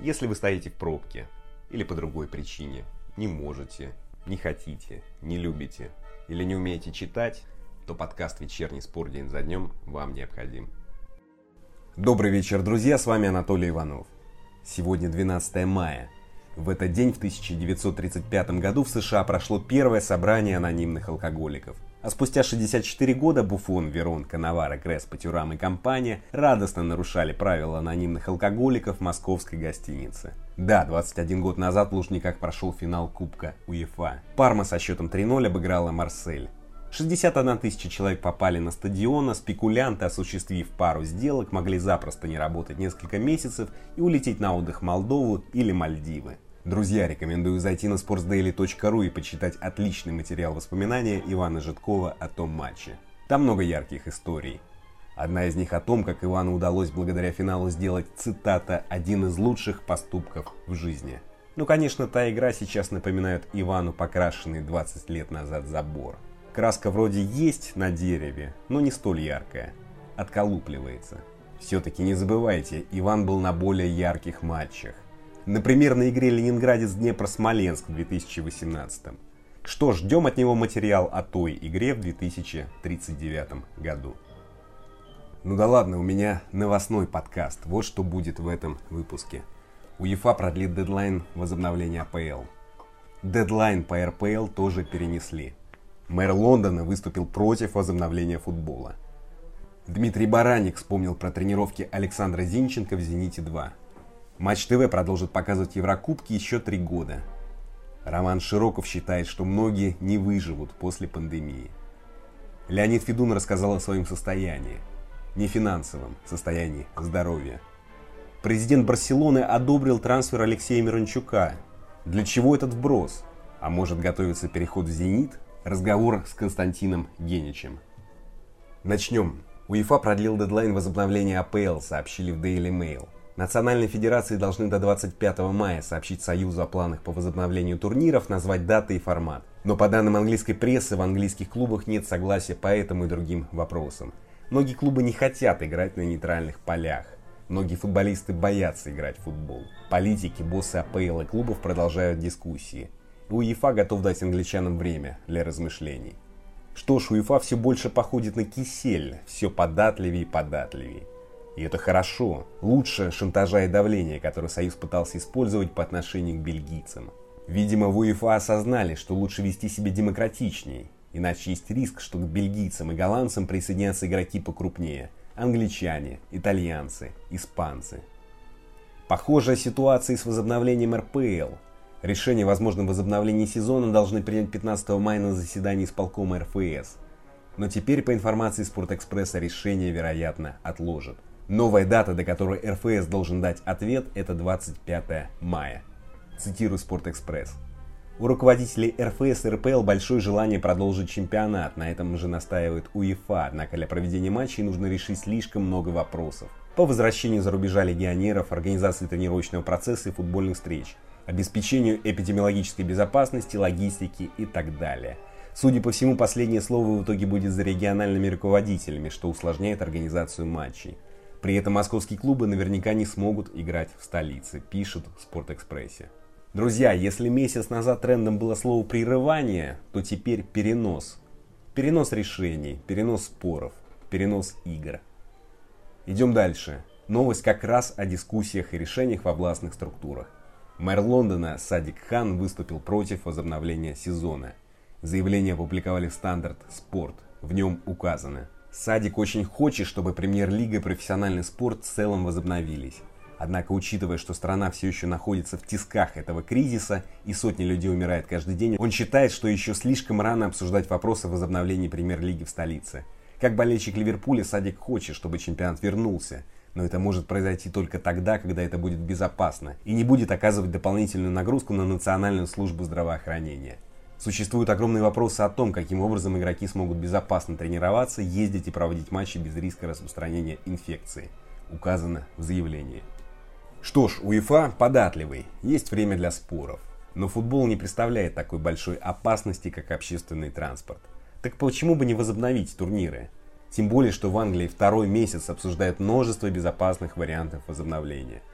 Если вы стоите в пробке или по другой причине, не можете, не хотите, не любите или не умеете читать, то подкаст «Вечерний спор день за днем» вам необходим. Добрый вечер, друзья, с вами Анатолий Иванов. Сегодня 12 мая. В этот день в 1935 году в США прошло первое собрание анонимных алкоголиков. А спустя 64 года Буфон, Верон, Канаваро, Креспо, Тюрам и компания радостно нарушали правила анонимных алкоголиков в московской гостинице. Да, 21 год назад в Лужниках прошел финал Кубка УЕФА. Парма со счетом 3-0 обыграла Марсель. 61 тысяча человек попали на стадион, а спекулянты, осуществив пару сделок, могли запросто не работать несколько месяцев и улететь на отдых в Молдову или Мальдивы. Друзья, рекомендую зайти на sportsdaily.ru и почитать отличный материал воспоминания Ивана Жидкова о том матче. Там много ярких историй. Одна из них о том, как Ивану удалось благодаря финалу сделать, цитата, «один из лучших поступков в жизни». Ну, конечно, та игра сейчас напоминает Ивану покрашенный 20 лет назад забор. Краска вроде есть на дереве, но не столь яркая. Отколупливается. Все-таки не забывайте, Иван был на более ярких матчах. Например, на игре Ленинградец-Днепр-Смоленск в 2018. Что, ждем от него материал о той игре в 2039 году. Ну да ладно, у меня новостной подкаст. Вот что будет в этом выпуске. УЕФА продлит дедлайн возобновления АПЛ. Дедлайн по РПЛ тоже перенесли. Мэр Лондона выступил против возобновления футбола. Дмитрий Баранник вспомнил про тренировки Александра Зинченко в «Зените-2». Матч ТВ продолжит показывать Еврокубки еще 3 года. Роман Широков считает, что многие не выживут после пандемии. Леонид Федун рассказал о своем состоянии. Не финансовом состоянии здоровья. Президент Барселоны одобрил трансфер Алексея Миранчука. Для чего этот вброс? А может, готовится переход в «Зенит»? Разговор с Константином Геничем. Начнем. УЕФА продлил дедлайн возобновления АПЛ, сообщили в Daily Mail. Национальные федерации должны до 25 мая сообщить Союзу о планах по возобновлению турниров, назвать даты и формат. Но по данным английской прессы, в английских клубах нет согласия по этому и другим вопросам. Многие клубы не хотят играть на нейтральных полях. Многие футболисты боятся играть в футбол. Политики, боссы АПЛ и клубов продолжают дискуссии. УЕФА готов дать англичанам время для размышлений. Что ж, УЕФА все больше походит на кисель, все податливее и податливее. И это хорошо, лучше шантажа и давления, которое Союз пытался использовать по отношению к бельгийцам. Видимо, в УЕФА осознали, что лучше вести себя демократичнее, иначе есть риск, что к бельгийцам и голландцам присоединятся игроки покрупнее – англичане, итальянцы, испанцы. Похожая ситуация и с возобновлением РПЛ. Решение о возможном возобновлении сезона должны принять 15 мая на заседании исполкома РФС. Но теперь, по информации Спортэкспресса, решение, вероятно, отложат. Новая дата, до которой РФС должен дать ответ, это 25 мая. Цитирую Спортэкспресс. У руководителей РФС и РПЛ большое желание продолжить чемпионат, на этом же настаивает УЕФА, однако для проведения матчей нужно решить слишком много вопросов. По возвращению за рубежа легионеров, организации тренировочного процесса и футбольных встреч, обеспечению эпидемиологической безопасности, логистики и так далее. Судя по всему, последнее слово в итоге будет за региональными руководителями, что усложняет организацию матчей. При этом московские клубы наверняка не смогут играть в столице, пишут в Спортэкспрессе. Друзья, если месяц назад трендом было слово «прерывание», то теперь перенос. Перенос решений, перенос споров, перенос игр. Идем дальше. Новость как раз о дискуссиях и решениях во властных структурах. Мэр Лондона Садик Хан выступил против возобновления сезона. Заявление опубликовали в Standard Sport. В нем указано: Садик очень хочет, чтобы премьер-лига и профессиональный спорт в целом возобновились. Однако, учитывая, что страна все еще находится в тисках этого кризиса и сотни людей умирают каждый день, он считает, что еще слишком рано обсуждать вопросы возобновления премьер-лиги в столице. Как болельщик Ливерпуля, Садик хочет, чтобы чемпионат вернулся. Но это может произойти только тогда, когда это будет безопасно и не будет оказывать дополнительную нагрузку на Национальную службу здравоохранения. Существуют огромные вопросы о том, каким образом игроки смогут безопасно тренироваться, ездить и проводить матчи без риска распространения инфекции. Указано в заявлении. Что ж, УЕФА податливый, есть время для споров. Но футбол не представляет такой большой опасности, как общественный транспорт. Так почему бы не возобновить турниры? Тем более, что в Англии второй месяц обсуждают множество безопасных вариантов возобновления.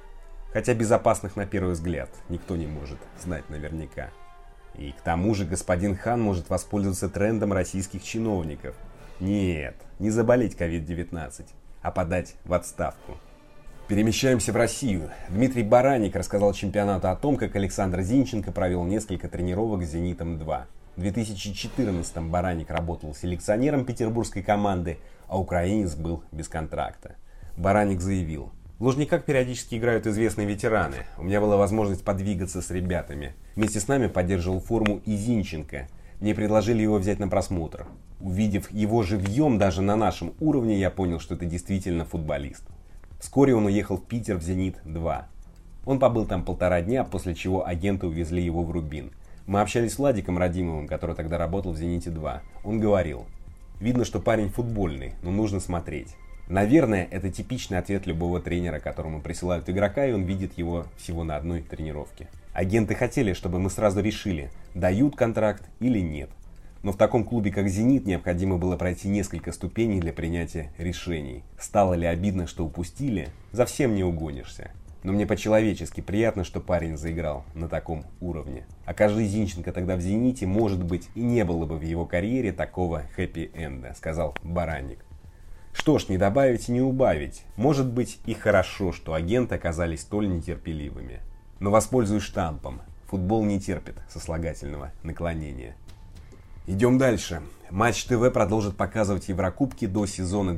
Хотя безопасных на первый взгляд никто не может знать наверняка. И к тому же господин Хан может воспользоваться трендом российских чиновников. Нет, не заболеть COVID-19, а подать в отставку. Перемещаемся в Россию. Дмитрий Бараник рассказал чемпионату о том, как Александр Зинченко провел несколько тренировок с «Зенитом-2». В 2014-м Бараник работал селекционером петербургской команды, а украинец был без контракта. Бараник заявил: «В Лужниках периодически играют известные ветераны. У меня была возможность подвигаться с ребятами. Вместе с нами поддерживал форму и Зинченко. Мне предложили его взять на просмотр. Увидев его живьем даже на нашем уровне, я понял, что это действительно футболист». Вскоре он уехал в Питер в «Зенит-2». Он побыл там 1,5 дня, после чего агенты увезли его в Рубин. Мы общались с Владиком Радимовым, который тогда работал в «Зените-2». Он говорил: «Видно, что парень футбольный, но нужно смотреть». Наверное, это типичный ответ любого тренера, которому присылают игрока, и он видит его всего на одной тренировке. Агенты хотели, чтобы мы сразу решили, дают контракт или нет. Но в таком клубе, как «Зенит», необходимо было пройти несколько ступеней для принятия решений. Стало ли обидно, что упустили? За всем не угонишься. Но мне по-человечески приятно, что парень заиграл на таком уровне. Окажи Зинченко тогда в «Зените», может быть, и не было бы в его карьере такого хэппи-энда, сказал Бараник. Что ж, не добавить и не убавить. Может быть и хорошо, что агенты оказались столь нетерпеливыми. Но воспользуюсь штампом. Футбол не терпит сослагательного наклонения. Идем дальше. Матч ТВ продолжит показывать Еврокубки до сезона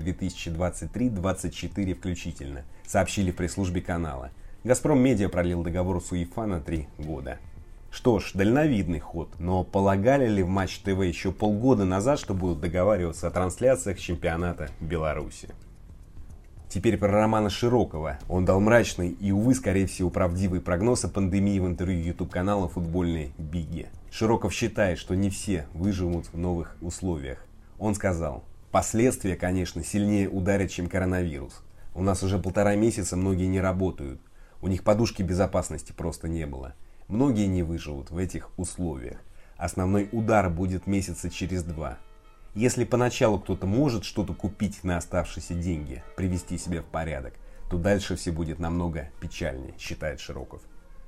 2023-2024 включительно, сообщили в пресс-службе канала. «Газпром Медиа» продлил договор с УЕФА на 3 года. Что ж, дальновидный ход, но полагали ли в Матч ТВ еще полгода назад, что будут договариваться о трансляциях чемпионата Беларуси? Теперь про Романа Широкова. Он дал мрачный и, увы, скорее всего, правдивый прогноз о пандемии в интервью YouTube-канала «Футбольный Биги». Широков считает, что не все выживут в новых условиях. Он сказал: «Последствия, конечно, сильнее ударят, чем коронавирус. У нас уже 1,5 месяца многие не работают. У них подушки безопасности просто не было. Многие не выживут в этих условиях. Основной удар будет месяца через 2. Если поначалу кто-то может что-то купить на оставшиеся деньги, привести себя в порядок, то дальше все будет намного печальнее», считает Широков.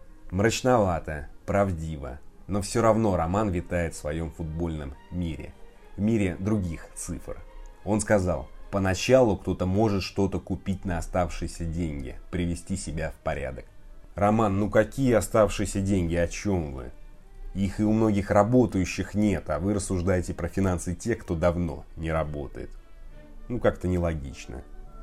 Мрачновато, правдиво, но все равно Роман витает в своем футбольном мире. В мире других цифр. Он сказал: «Поначалу кто-то может что-то купить на оставшиеся деньги, привести себя в порядок». Роман, ну какие оставшиеся деньги, о чем вы? Их и у многих работающих нет, а вы рассуждаете про финансы тех, кто давно не работает. Ну как-то нелогично.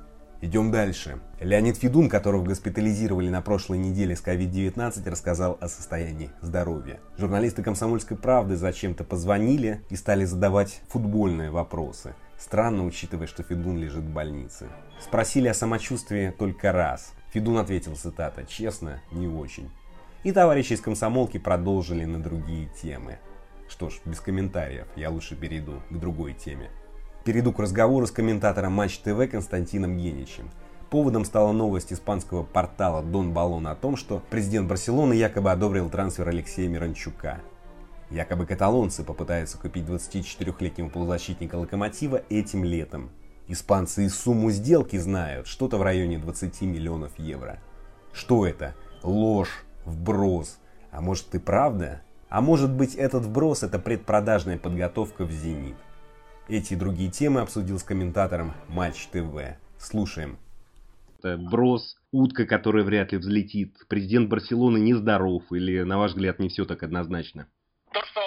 Идем дальше. Леонид Федун, которого госпитализировали на прошлой неделе с COVID-19, рассказал о состоянии здоровья. Журналисты «Комсомольской правды» зачем-то позвонили и стали задавать футбольные вопросы. Странно, учитывая, что Федун лежит в больнице. Спросили о самочувствии только раз. Федун ответил, цитата: «Честно, не очень». И товарищи из комсомолки продолжили на другие темы. Что ж, без комментариев, я лучше перейду к другой теме. Перейду к разговору с комментатором Матч ТВ Константином Геничем. Поводом стала новость испанского портала Дон Балон о том, что президент Барселоны якобы одобрил трансфер Алексея Миранчука. Якобы каталонцы попытаются купить 24-летнего полузащитника «Локомотива» этим летом. Испанцы и сумму сделки знают, что-то в районе 20 миллионов евро. Что это? Ложь, вброс. А может и правда? А может быть, этот вброс — это предпродажная подготовка в «Зенит». Эти и другие темы обсудил с комментатором Матч ТВ. Слушаем. Это вброс, утка, которая вряд ли взлетит. Президент Барселоны нездоров или, на ваш взгляд, не все так однозначно? То, что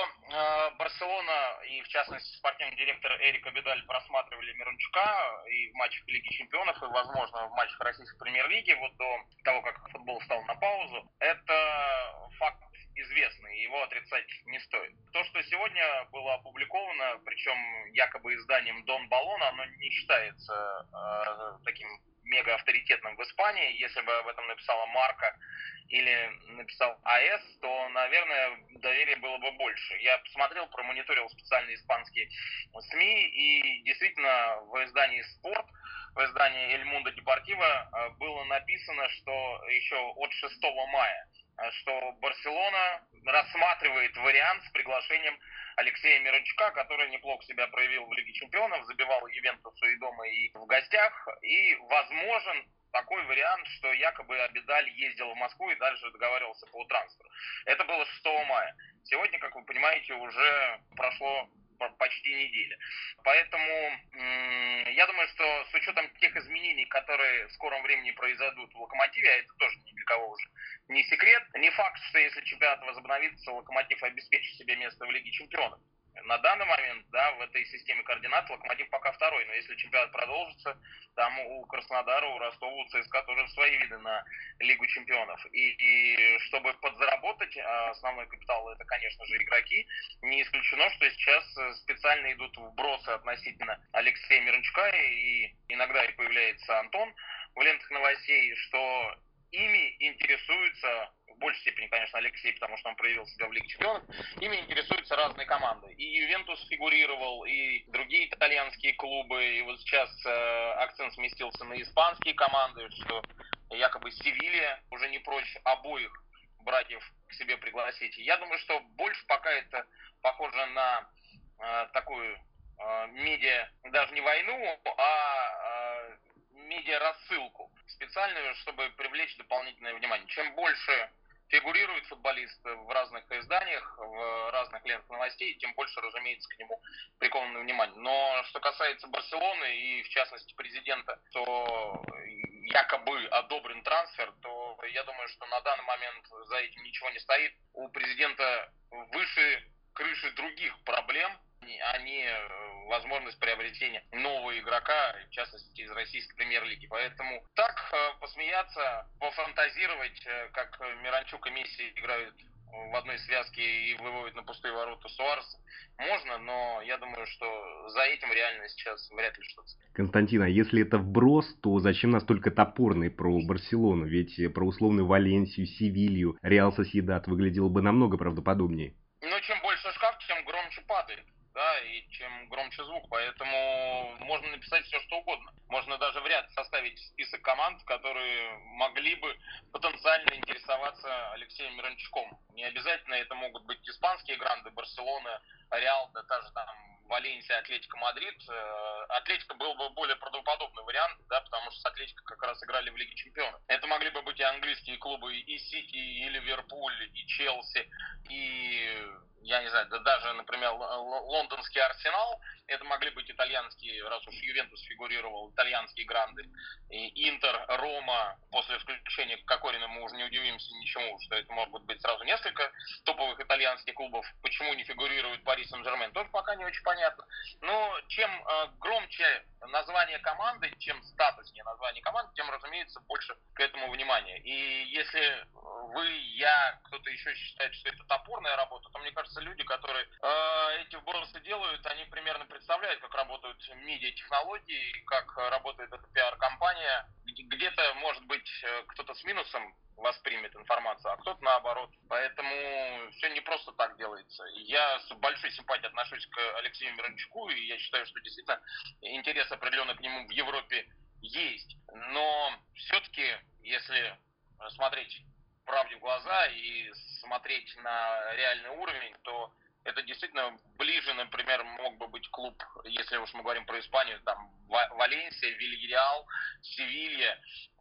Барселона и, в частности, спортивный директор Эрик Абидаль просматривали Миранчука и в матчах Лиги Чемпионов, и, возможно, в матчах Российской Премьер-лиги, вот до того, как футбол стал на паузу, это факт известный, его отрицать не стоит. То, что сегодня было опубликовано, причем якобы изданием Дон Балона, оно не считается таким мега авторитетным в Испании. Если бы об этом написала Марка или написал АС, то, наверное, доверия было бы больше. Я посмотрел, промониторил специальные испанские СМИ, и действительно в издании «Спорт», в издании «Эль Мундо Депортиво» было написано, что еще от 6 мая, что Барселона рассматривает вариант с приглашением Алексея Миранчука, который неплохо себя проявил в Лиге Чемпионов, забивал Ювентусу и дома, и в гостях, и возможен такой вариант, что якобы Абидаль ездил в Москву и дальше договаривался по трансферу. Это было 6 мая. Сегодня, как вы понимаете, уже прошло почти неделя. Поэтому я думаю, что с учетом тех изменений, которые в скором времени произойдут в «Локомотиве», а это тоже ни для кого уже не секрет, не факт, что если чемпионат возобновится, «Локомотив» обеспечит себе место в Лиге чемпионов. На данный момент, да, в этой системе координат «Локомотив» пока второй, но если чемпионат продолжится, там у Краснодара, у Ростова, у ЦСКА тоже свои виды на Лигу чемпионов. И чтобы подзаработать основной капитал, это, конечно же, игроки. Не исключено, что сейчас специально идут вбросы относительно Алексея Мирончука, и иногда и появляется Антон в лентах новостей, что ими интересуются, в большей степени, конечно, Алексей, потому что он проявил себя в Лиге чемпионов, ими интересуются разные команды. И Ювентус фигурировал, и другие итальянские клубы, и вот сейчас акцент сместился на испанские команды, что якобы Севилья уже не прочь обоих братьев к себе пригласить. Я думаю, что больше пока это похоже на такую медиа, даже не войну, а медиа-рассылку специальную, чтобы привлечь дополнительное внимание. Чем больше фигурирует футболист в разных изданиях, в разных лентах новостей, тем больше, разумеется, к нему приковано внимание. Но что касается Барселоны и, в частности, президента, то якобы одобрен трансфер, то я думаю, что на данный момент за этим ничего не стоит. У президента выше крыши других проблем, а не возможность приобретения нового игрока, в частности, из российской премьер-лиги. Поэтому так посмеяться, пофантазировать, как Миранчук и Месси играют в одной связке и выводят на пустые ворота Суареса, можно, но я думаю, что за этим реально сейчас вряд ли что-то. Константин, а если это вброс, то зачем настолько топорный про Барселону? Ведь про условную Валенсию, Севилью, Реал Сосьедад выглядело бы намного правдоподобнее. Но чем больше шкаф, тем громче падает. Да, и чем громче звук, поэтому можно написать все, что угодно. Можно даже в ряд составить список команд, которые могли бы потенциально интересоваться Алексеем Миранчуком. Не обязательно это могут быть испанские гранды, Барселона, Реал, да та же там Валенсия, Атлетико Мадрид. Атлетико был бы более правдоподобный вариант, да, потому что с Атлетико как раз играли в Лиге Чемпионов. Это могли бы быть и английские клубы, и Сити, и Ливерпуль, и Челси, и я не знаю, да даже, например, лондонский Арсенал, это могли быть итальянские, раз уж Ювентус фигурировал, итальянские гранды, и Интер, Рома, после включения Кокорина мы уже не удивимся ничему, что это могут быть сразу несколько топовых итальянских клубов. Почему не фигурирует Пари Сен-Жермен, тоже пока не очень понятно. Но чем громче название команды, чем статуснее название команды, тем, разумеется, больше к этому внимания. И если вы, я, кто-то еще считает, что это топорная работа, то мне кажется, люди, которые эти вбросы делают, они примерно представляют, как работают медиатехнологии, как работает эта пиар-компания. Где-то, может быть, кто-то с минусом воспримет информацию, а кто-то наоборот. Поэтому все не просто так делается. Я с большой симпатией отношусь к Алексею Миранчуку, и я считаю, что действительно интерес определенно к нему в Европе есть. Но все-таки, если смотреть правде в глаза и смотреть на реальный уровень, то это действительно ближе, например, мог бы быть клуб, если уж мы говорим про Испанию, там Валенсия, Вильяреал, Севилья,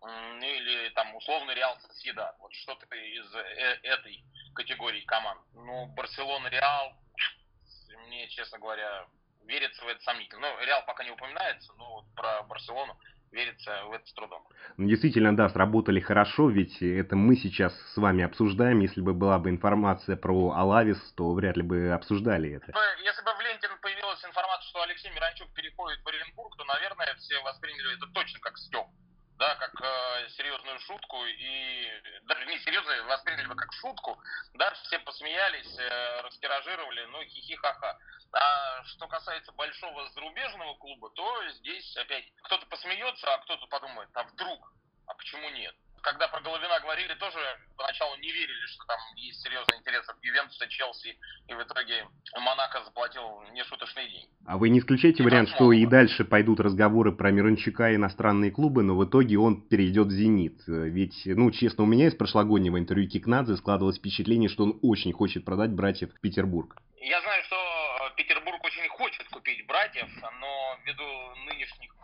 или там условно Реал Сосьедад. Вот что-то из этой категории команд. Ну, Барселона, Реал, мне, честно говоря, верится в это сомнительно. Ну, Реал пока не упоминается, но вот про Барселону верится в это с трудом. Ну, действительно, да, сработали хорошо, ведь это мы сейчас с вами обсуждаем. Если бы была бы информация про Алавес, то вряд ли бы обсуждали это. Если бы в ленте появилась информация, что Алексей Миранчук переходит в Оренбург, то, наверное, все восприняли это точно как стёб. Да, как серьезную шутку, и даже не серьезно, восприняли бы как шутку, да, все посмеялись, растиражировали, ну, хихи-ха-ха. А что касается большого зарубежного клуба, то здесь опять кто-то посмеется, а кто-то подумает, а вдруг, а почему нет? Когда про Головина говорили, тоже поначалу не верили, что там есть серьезный интерес от Ювентуса, Челси, и в итоге Монако заплатил нешуточные деньги. А вы не исключаете вариант, что и дальше пойдут разговоры про Миранчука и иностранные клубы, но в итоге он перейдет в «Зенит»? Ведь, ну, честно, у меня из прошлогоднего интервью Кикнадзе складывалось впечатление, что он очень хочет продать братьев в Петербург. Я знаю, что Петербург очень хочет купить братьев, но ввиду нынешних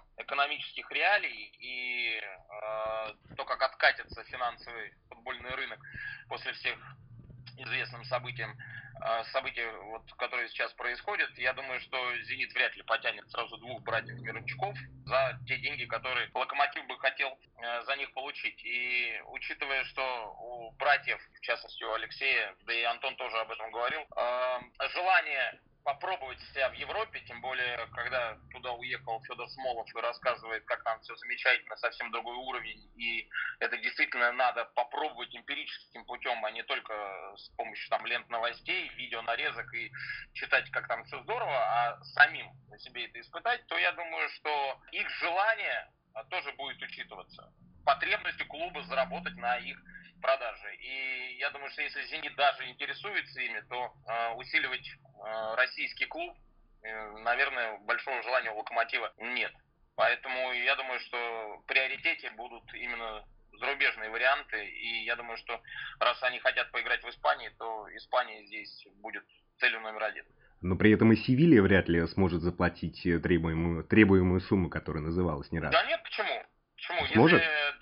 экономических реалий и то, как откатится финансовый футбольный рынок после всех известным событий, вот, которые сейчас происходят, я думаю, что «Зенит» вряд ли потянет сразу двух братьев Мирончуков за те деньги, которые «Локомотив» бы хотел за них получить. И учитывая, что у братьев, в частности у Алексея, да и Антон тоже об этом говорил, желание попробовать себя в Европе, тем более, когда туда уехал Федор Смолов и рассказывает, как там все замечательно, совсем другой уровень, и это действительно надо попробовать эмпирическим путем, а не только с помощью там лент новостей, видеонарезок и читать, как там все здорово, а самим на себе это испытать, то я думаю, что их желание тоже будет учитываться. Потребности клуба заработать на их продажи. И я думаю, что если «Зенит» даже интересуется ими, то усиливать российский клуб, наверное, большого желания у «Локомотива» нет. Поэтому я думаю, что в приоритете будут именно зарубежные варианты. И я думаю, что раз они хотят поиграть в Испании, то Испания здесь будет целью номер один. Но при этом и Севилья вряд ли сможет заплатить требуемую сумму, которая называлась не раз. Да нет, почему? Сможет?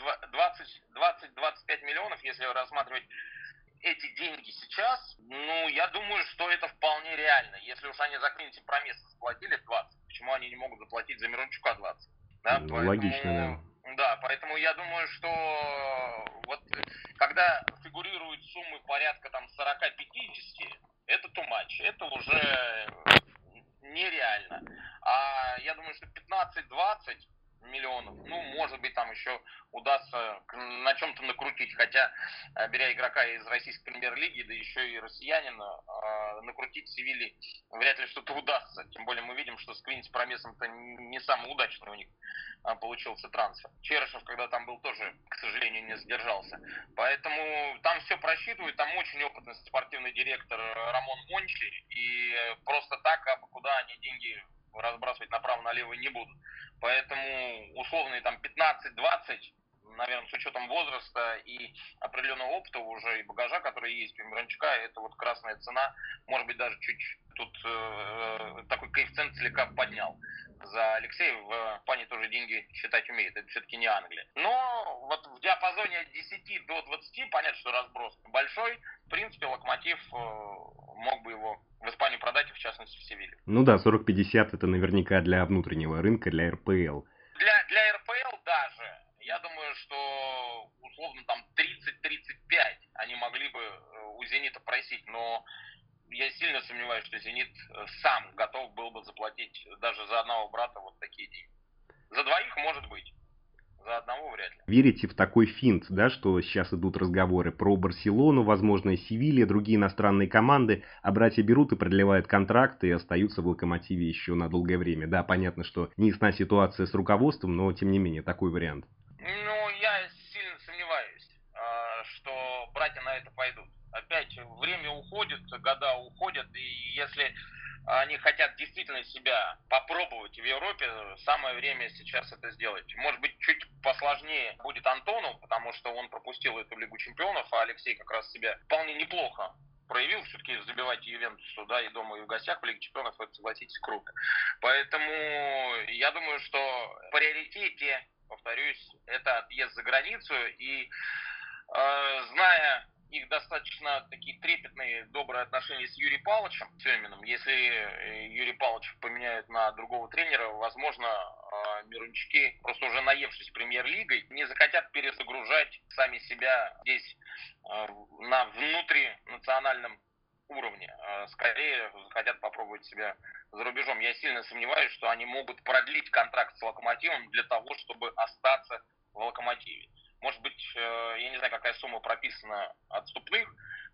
Если 20-25 миллионов, если рассматривать эти деньги сейчас, я думаю, что это вполне реально. Если уж они за Квинси Промеса заплатили 20, почему они не могут заплатить за Мирончука 20? Да, логично, да. Да, поэтому я думаю, что вот когда фигурируют суммы порядка там 40-50, это too much, это уже нереально. А я думаю, что 15-20 миллионов, может быть, там еще удастся на чем-то накрутить, хотя, беря игрока из российской премьер-лиги, да еще и россиянина, накрутить Севилье вряд ли что-то удастся, тем более мы видим, что с Квинси Промесом-то не самый удачный у них получился трансфер. Черышев, когда там был, тоже, к сожалению, не задержался. Поэтому там все просчитывают, там очень опытный спортивный директор Рамон Мончи, и просто так, куда они деньги разбрасывать направо-налево не будут. Поэтому условные там 15-20, наверное, с учетом возраста и определенного опыта уже и багажа, который есть у Мирончука, это вот красная цена, может быть, даже чуть тут такой коэффициент слегка поднял. За Алексея в Испании тоже деньги считать умеет, это все-таки не Англия. Но вот в диапазоне от 10 до 20, понятно, что разброс большой, в принципе, Локомотив мог бы его в Испанию продать, и в частности в Севилью. Ну да, 40-50 это наверняка для внутреннего рынка, для РПЛ. Для РПЛ даже, я думаю, что условно там 30-35 они могли бы у «Зенита» просить, но я сильно сомневаюсь, что «Зенит» сам готов был бы заплатить даже за одного брата вот такие деньги. За двоих может быть, за одного вряд ли. Верите в такой финт, да, что сейчас идут разговоры про Барселону, возможно, и Севилья, другие иностранные команды, а братья берут и продлевают контракты и остаются в «Локомотиве» еще на долгое время. Да, понятно, что не ясна ситуация с руководством, но тем не менее такой вариант. Я сильно сомневаюсь, что братья на это пойдут. Опять время уходит, года уходят, и если они хотят действительно себя попробовать в Европе, самое время сейчас это сделать. Может быть, чуть посложнее будет Антону, потому что он пропустил эту Лигу Чемпионов, а Алексей как раз себя вполне неплохо проявил. Все-таки забивать Ювентусу, да, и дома, и в гостях в Лиге Чемпионов, это, согласитесь, круто. Поэтому я думаю, что в приоритете, повторюсь, это отъезд за границу, и зная их достаточно такие трепетные, добрые отношения с Юрием Павловичем Семиным. Если Юрий Павлович поменяют на другого тренера, возможно, Мирончуки, просто уже наевшись премьер-лигой, не захотят перезагружать сами себя здесь на внутринациональном уровне. Скорее захотят попробовать себя за рубежом. Я сильно сомневаюсь, что они могут продлить контракт с «Локомотивом» для того, чтобы остаться в «Локомотиве». Может быть, я не знаю, какая сумма прописана отступных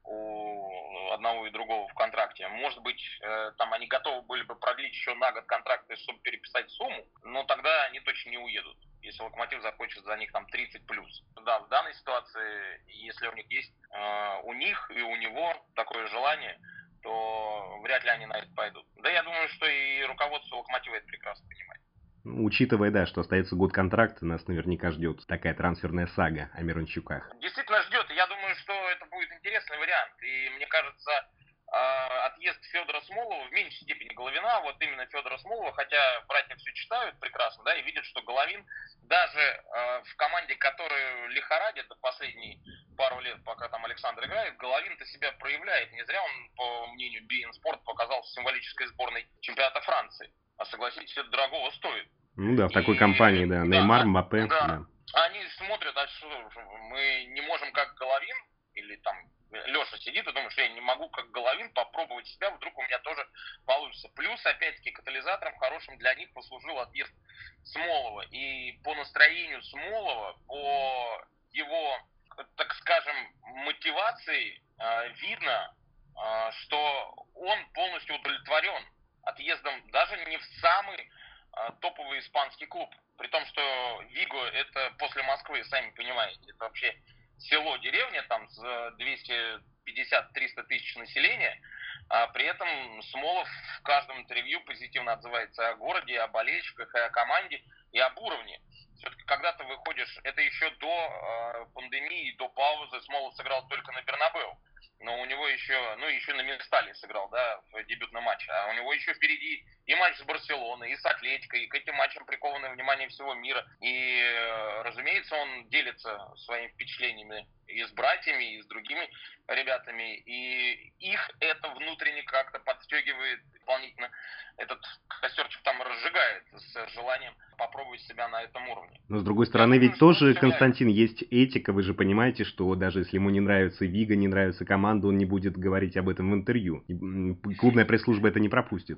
у одного и другого в контракте. Может быть, там они готовы были бы продлить еще на год контракт, чтобы переписать сумму, но тогда они точно не уедут, если «Локомотив» захочет за них там 30 плюс. Да, в данной ситуации, если у них есть у них и у него такое желание, то вряд ли они на это пойдут. Да, я думаю, что и руководство «Локомотива» это прекрасно понимает. Учитывая, да, что остается год контракта, нас наверняка ждет такая трансферная сага о Мирончуках. Действительно ждет, и я думаю, что это будет интересный вариант. И мне кажется, отъезд Федора Смолова, в меньшей степени Головина, вот именно Федора Смолова, хотя братья все читают прекрасно, да, и видят, что Головин даже в команде, которую лихорадит последние пару лет, пока там Александр играет, Головин-то себя проявляет. Не зря он, по мнению beIN Sport, показался в символической сборной чемпионата Франции. А согласитесь, это дорогого стоит. Ну да, в такой компании, да, Неймар, Мбаппе. Да. Они смотрят, а что, мы не можем как Головин, или там Леша сидит и думает, что я не могу как Головин попробовать себя, вдруг у меня тоже получится. Плюс, опять-таки, катализатором хорошим для них послужил отъезд Смолова. И по настроению Смолова, по его, так скажем, мотивации видно, что он полностью удовлетворен отъездом даже не в самый топовый испанский клуб. При том, что Виго это после Москвы, сами понимаете, это вообще село, деревня, там с 250-300 тысяч населения, а при этом Смолов в каждом интервью позитивно отзывается о городе, о болельщиках, и о команде, и об уровне. Все-таки когда ты выходишь, это еще до пандемии, до паузы, Смолов сыграл только на Бернабеу, но у него еще, еще на Мирстале сыграл, да, в дебютном матче, а у него еще впереди и матч с Барселоной, и с Атлетикой, и к этим матчам приковано внимание всего мира. И, разумеется, он делится своими впечатлениями и с братьями, и с другими ребятами, и их это внутренне как-то подстегивает дополнительно, этот костерчик там разжигает с желанием попробовать себя на этом уровне. Но с другой стороны, ведь тоже, Константин, есть этика, вы же понимаете, что даже если ему не нравится Виго, не нравится команда, он не будет говорить об этом в интервью. Клубная пресс-служба это не пропустит.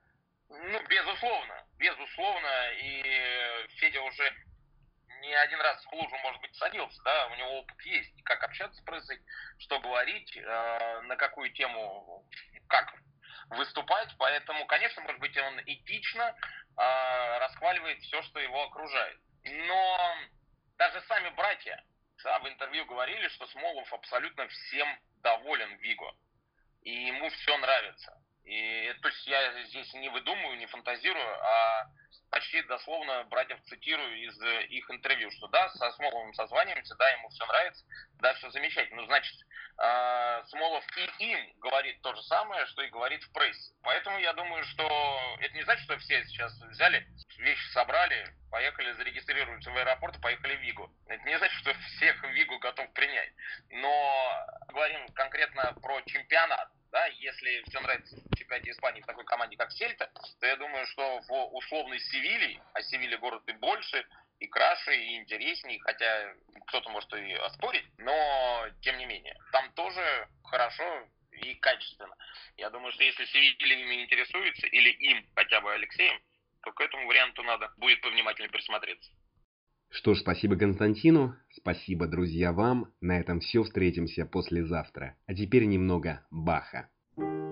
Безусловно, и Федя уже не один раз в лужу, может быть, садился, да, у него опыт есть, как общаться с прессой, что говорить, на какую тему, как выступать, поэтому, конечно, может быть, он этично расхваливает все, что его окружает. Но даже сами братья в интервью говорили, что Смолов абсолютно всем доволен Виго, и ему все нравится. И, то есть я здесь не выдумываю, не фантазирую, а почти дословно братьев цитирую из их интервью, что да, со Смоловым созваниваемся, да, ему все нравится, да, все замечательно. Ну, значит, Смолов и им говорит то же самое, что и говорит в прессе. Поэтому я думаю, что это не значит, что все сейчас взяли, вещи собрали, поехали, зарегистрируются в аэропорт и поехали в Вигу. Это не значит, что всех Вигу готов принять. Но говорим конкретно про чемпионат. Да, если все нравится в чемпионате Испании в такой команде, как Сельта, то я думаю, что в условной Севилье, а Севилья город и больше, и краше, и интереснее, хотя кто-то может и оспорить, но тем не менее, там тоже хорошо и качественно. Я думаю, что если Севилья ими интересуется, или им, хотя бы Алексеем, то к этому варианту надо будет повнимательнее присмотреться. Что ж, спасибо Константину, спасибо, друзья, вам. На этом все, встретимся послезавтра. А теперь немного Баха.